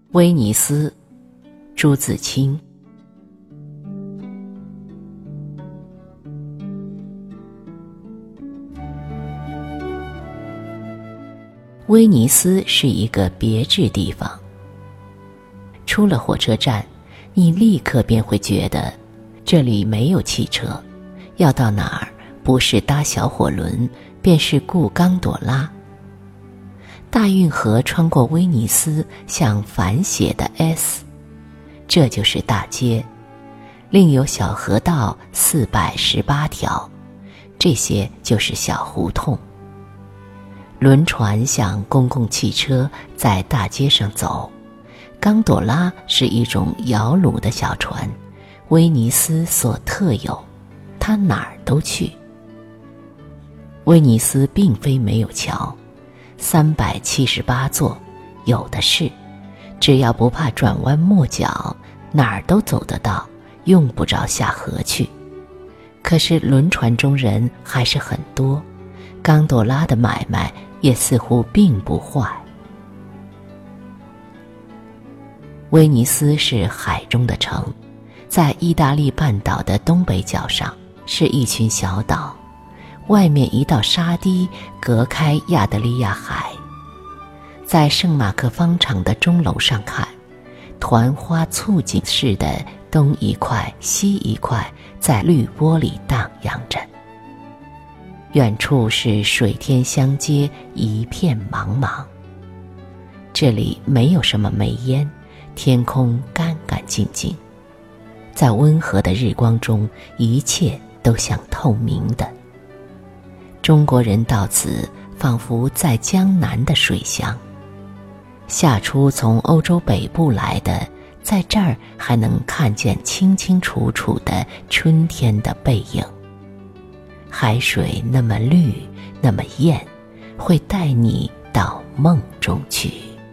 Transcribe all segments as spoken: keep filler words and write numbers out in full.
威尼斯，朱自清。威尼斯是一个别致地方，出了火车站，你立刻便会觉得这里没有汽车，要到哪儿不是搭小火轮，便是雇冈朵拉。大运河穿过威尼斯，像反写的 S， 这就是大街，另有小河道四百十八条，这些就是小胡同。轮船像公共汽车在大街上走，冈朵拉是一种摇橹的小船，威尼斯所特有，它哪儿都去。威尼斯并非没有桥，三百七十八座，有的是，只要不怕转弯抹角，哪儿都走得到，用不着下河去。可是轮船中人还是很多，冈朵拉的买卖也似乎并不坏。威尼斯是海中的城，在意大利半岛的东北角上，是一群小岛，外面一道沙堤隔开亚得里亚海。在圣马克方场的钟楼上看，团花簇锦似的东一块西一块在绿波里荡漾着。远处是水天相接，一片茫茫。这里没有什么煤烟，天空干干净净，在温和的日光中，一切都像透明的。中国人到此仿佛在江南的水乡，夏初从欧洲北部来的，在这儿还能看见清清楚楚的春天的背影。海水那么绿，那么艳，会带你到梦中去。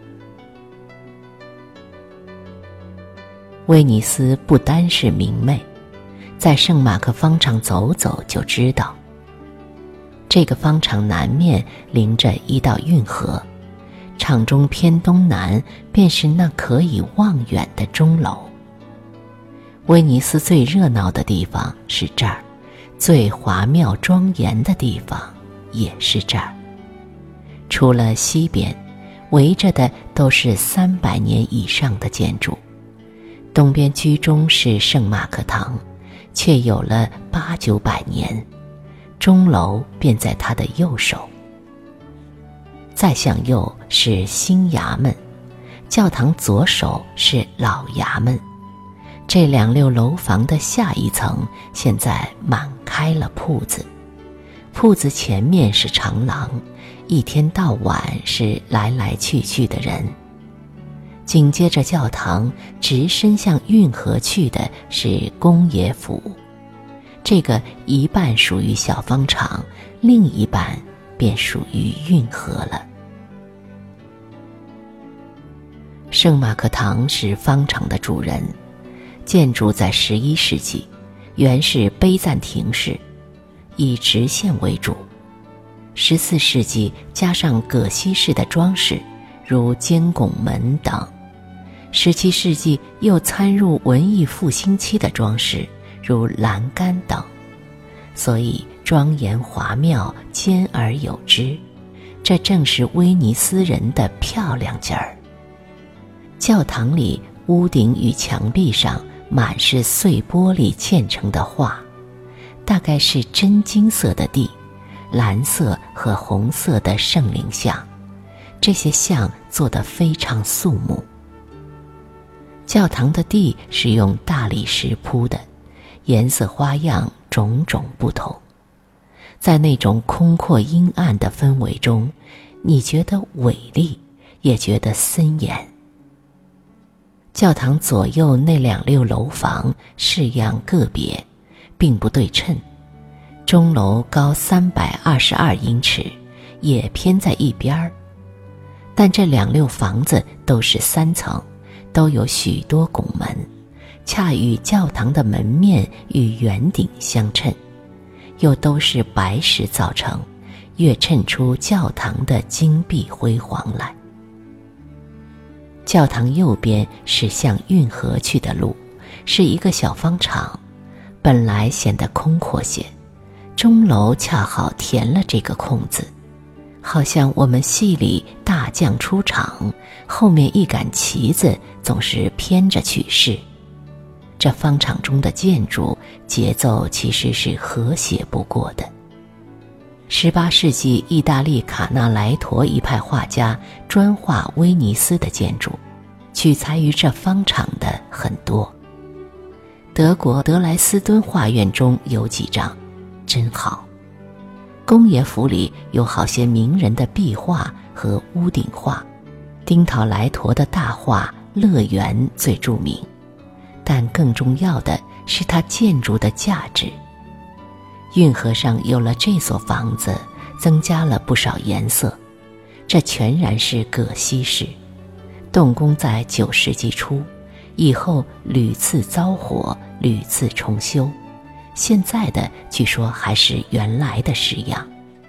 威尼斯不单是明媚，在圣马克方场走走就知道。这个方场南面临着一道运河，场中偏东南便是那可以望远的钟楼。威尼斯最热闹的地方是这儿，最华妙庄严的地方也是这儿。除了西边，围着的都是三百年以上的建筑。东边居中是圣马可堂，却有了八九百年，钟楼便在它的右手。再向右是新衙门，教堂左手是老衙门。这两溜楼房的下一层现在满开了铺子，铺子前面是长廊，一天到晚是来来去去的人。紧接着教堂直伸向运河去的是公爷府，这个一半属于小方场，另一半便属于运河了。圣马可堂是方场的主人，建筑在十一世纪，原是碑赞廷式，以直线为主。十四世纪加上葛西式的装饰，如尖拱门等。十七世纪又参入文艺复兴期的装饰，如栏杆等，所以庄严华妙，兼而有之。这正是威尼斯人的漂亮劲儿。教堂里屋顶与墙壁上满是碎玻璃嵌成的画，大概是真金色的地，蓝色和红色的圣灵像，这些像做得非常肃穆。教堂的地是用大理石铺的，颜色花样种种不同。在那种空阔阴暗的氛围中，你觉得伟丽，也觉得森严。教堂左右那两溜楼房式样个别，并不对称。钟楼高三百二十二英尺，也偏在一边儿。但这两溜房子都是三层，都有许多拱门，恰与教堂的门面与圆顶相称，又都是白石造成，越衬出教堂的金碧辉煌来。 教堂右边是向运河去的路，是一个小方场，本来显得空阔些，钟楼恰好填了这个空子，好像我们戏里大将出场，后面一杆旗子总是偏着去势。这方场中的建筑节奏其实是和谐不过的。十八世纪意大利卡纳莱陀一派画家专画威尼斯的建筑，取材于这方场的很多。德国德莱斯敦画院中有几张真好，公爷府里有好些名人的壁画和屋顶画，丁陶莱陀的大画《乐园》最著名，但更重要的是它建筑的价值。运河上有了这所房子，增加了不少颜色，这全然是葛西式。动工在九世纪初，以后屡次遭火，屡次重修，现在的据说还是原来的式样。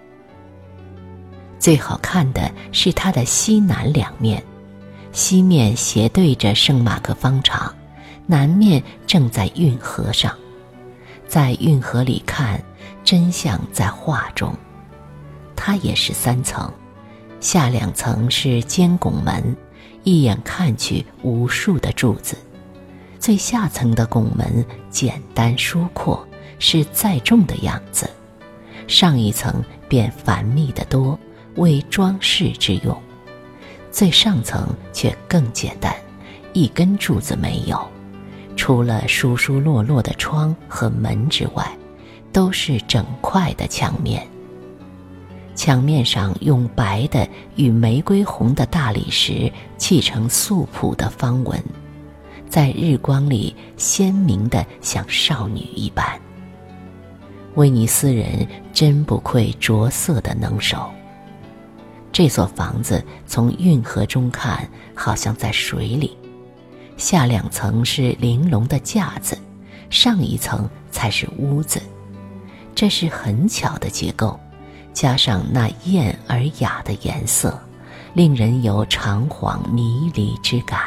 最好看的是它的西南两面，西面斜对着圣马可方场，南面正在运河上。在运河里看，真像在画中。它也是三层，下两层是尖拱门，一眼看去无数的柱子。最下层的拱门简单疏阔，是载重的样子，上一层便繁密得多，为装饰之用。最上层却更简单，一根柱子没有，除了疏疏落落的窗和门之外，都是整块的墙面。墙面上用白的与玫瑰红的大理石砌成素朴的方纹，在日光里鲜明得像少女一般。威尼斯人真不愧着色的能手。这所房子从运河中看，好像在水里，下两层是玲珑的架子，上一层才是屋子。这是很巧的结构，加上那艳而雅的颜色，令人有长恍迷离之感。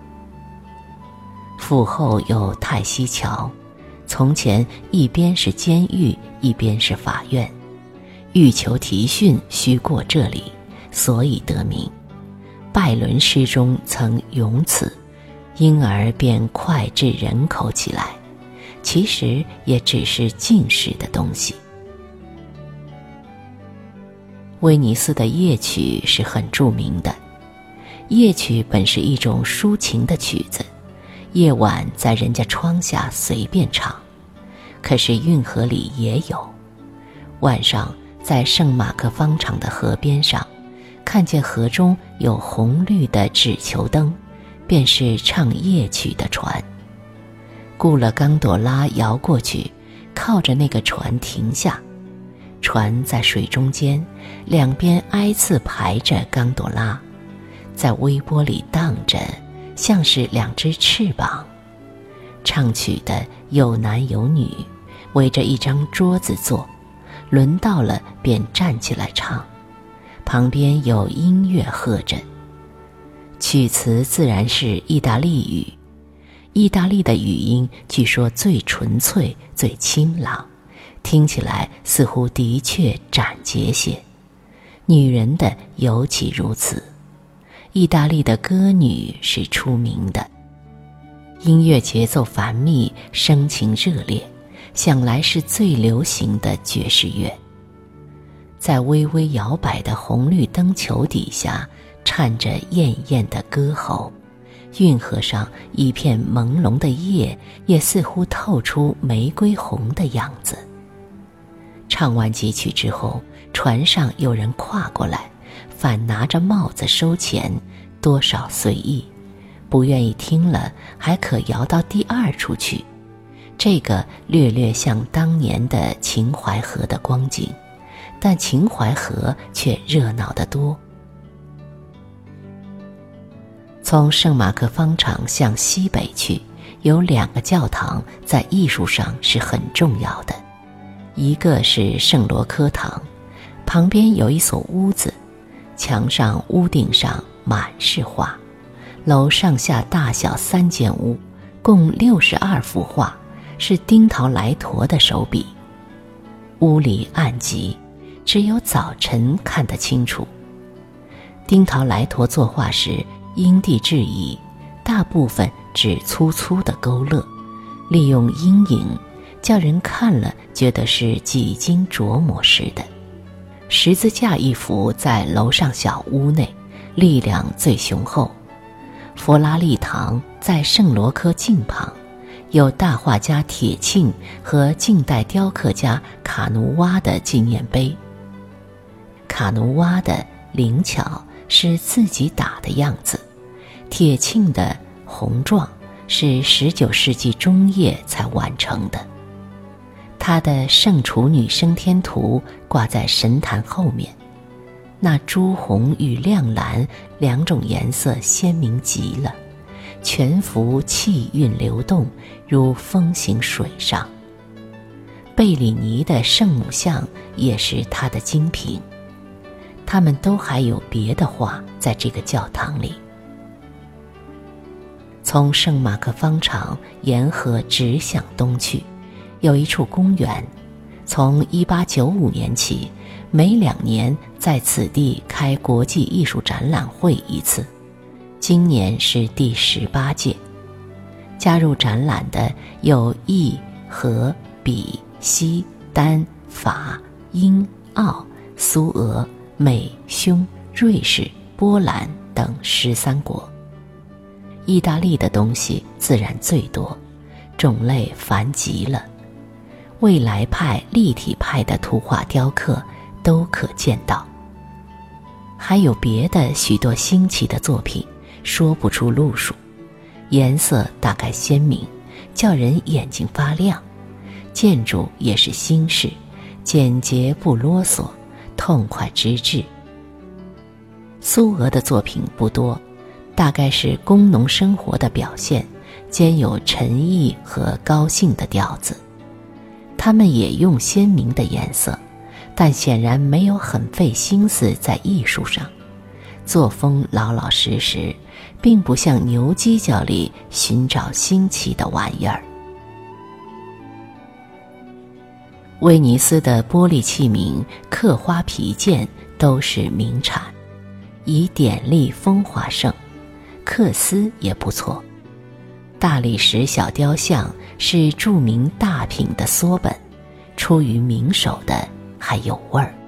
府后有太息桥，从前一边是监狱，一边是法院，欲求提讯须过这里，所以得名。拜伦诗中曾咏此，因而便脍炙人口起来，其实也只是近世的东西。威尼斯的夜曲是很著名的，夜曲本是一种抒情的曲子，夜晚在人家窗下随便唱，可是运河里也有。晚上在圣马可方场的河边上，看见河中有红绿的纸球灯，便是唱夜曲的船。雇了冈朵拉摇过去，靠着那个船停下，船在水中间，两边挨次排着冈朵拉，在微波里荡着，像是两只翅膀。唱曲的有男有女，围着一张桌子坐，轮到了便站起来唱，旁边有音乐和着。曲词自然是意大利语，意大利的语音据说最纯粹最清朗，听起来似乎的确斩节些，女人的尤其如此。意大利的歌女是出名的，音乐节奏繁密，声情热烈，想来是最流行的爵士乐。在微微摇摆的红绿灯球底下，颤着艳艳的歌喉，运河上一片朦胧的夜，也似乎透出玫瑰红的样子。唱完几曲之后，船上有人跨过来，反拿着帽子收钱，多少随意，不愿意听了还可摇到第二处去。这个略略像当年的秦淮河的光景，但秦淮河却热闹得多。从圣马可方场向西北去，有两个教堂在艺术上是很重要的，一个是圣罗科堂，旁边有一所屋子，墙上屋顶上满是画， 楼上下大小三间屋，共六十二幅画，是丁陶来陀的手笔。屋里暗极，只有早晨看得清楚。丁陶来陀作画时因地制宜，大部分只粗粗的勾勒，利用阴影，叫人看了觉得是几经琢磨似的。十字架一幅在楼上小屋内，力量最雄厚。佛拉利堂在圣罗科镜旁，有大画家铁庆和近代雕刻家卡努瓦的纪念碑。卡努瓦的灵巧是自己打的样子，铁庆的宏壮是十九世纪中叶才完成的。他的圣处女升天图挂在神坛后面，那朱红与亮蓝两种颜色鲜明极了，全幅气韵流动，如风行水上。贝里尼的圣母像也是他的精品。他们都还有别的画在这个教堂里。从圣马克方场沿河直向东去，有一处公园，从一八九五年起，每两年在此地开国际艺术展览会一次，今年是第十八届。加入展览的有意、荷、比、西、丹、法、英、奥、苏俄、美、匈、瑞士、波兰等十三国。意大利的东西自然最多，种类繁极了。未来派、立体派的图画雕刻都可见到。还有别的许多新奇的作品，说不出路数，颜色大概鲜明，叫人眼睛发亮。建筑也是新式，简洁不啰嗦，痛快之至。苏俄的作品不多，大概是工农生活的表现，兼有陈毅和高兴的调子。他们也用鲜明的颜色，但显然没有很费心思在艺术上，作风老老实实，并不像牛犄角里寻找新奇的玩意儿。威尼斯的玻璃器皿、刻花皮件都是名产，以典丽风华盛，缂丝也不错。大理石小雕像是著名大品的缩本，出于名手的还有味儿。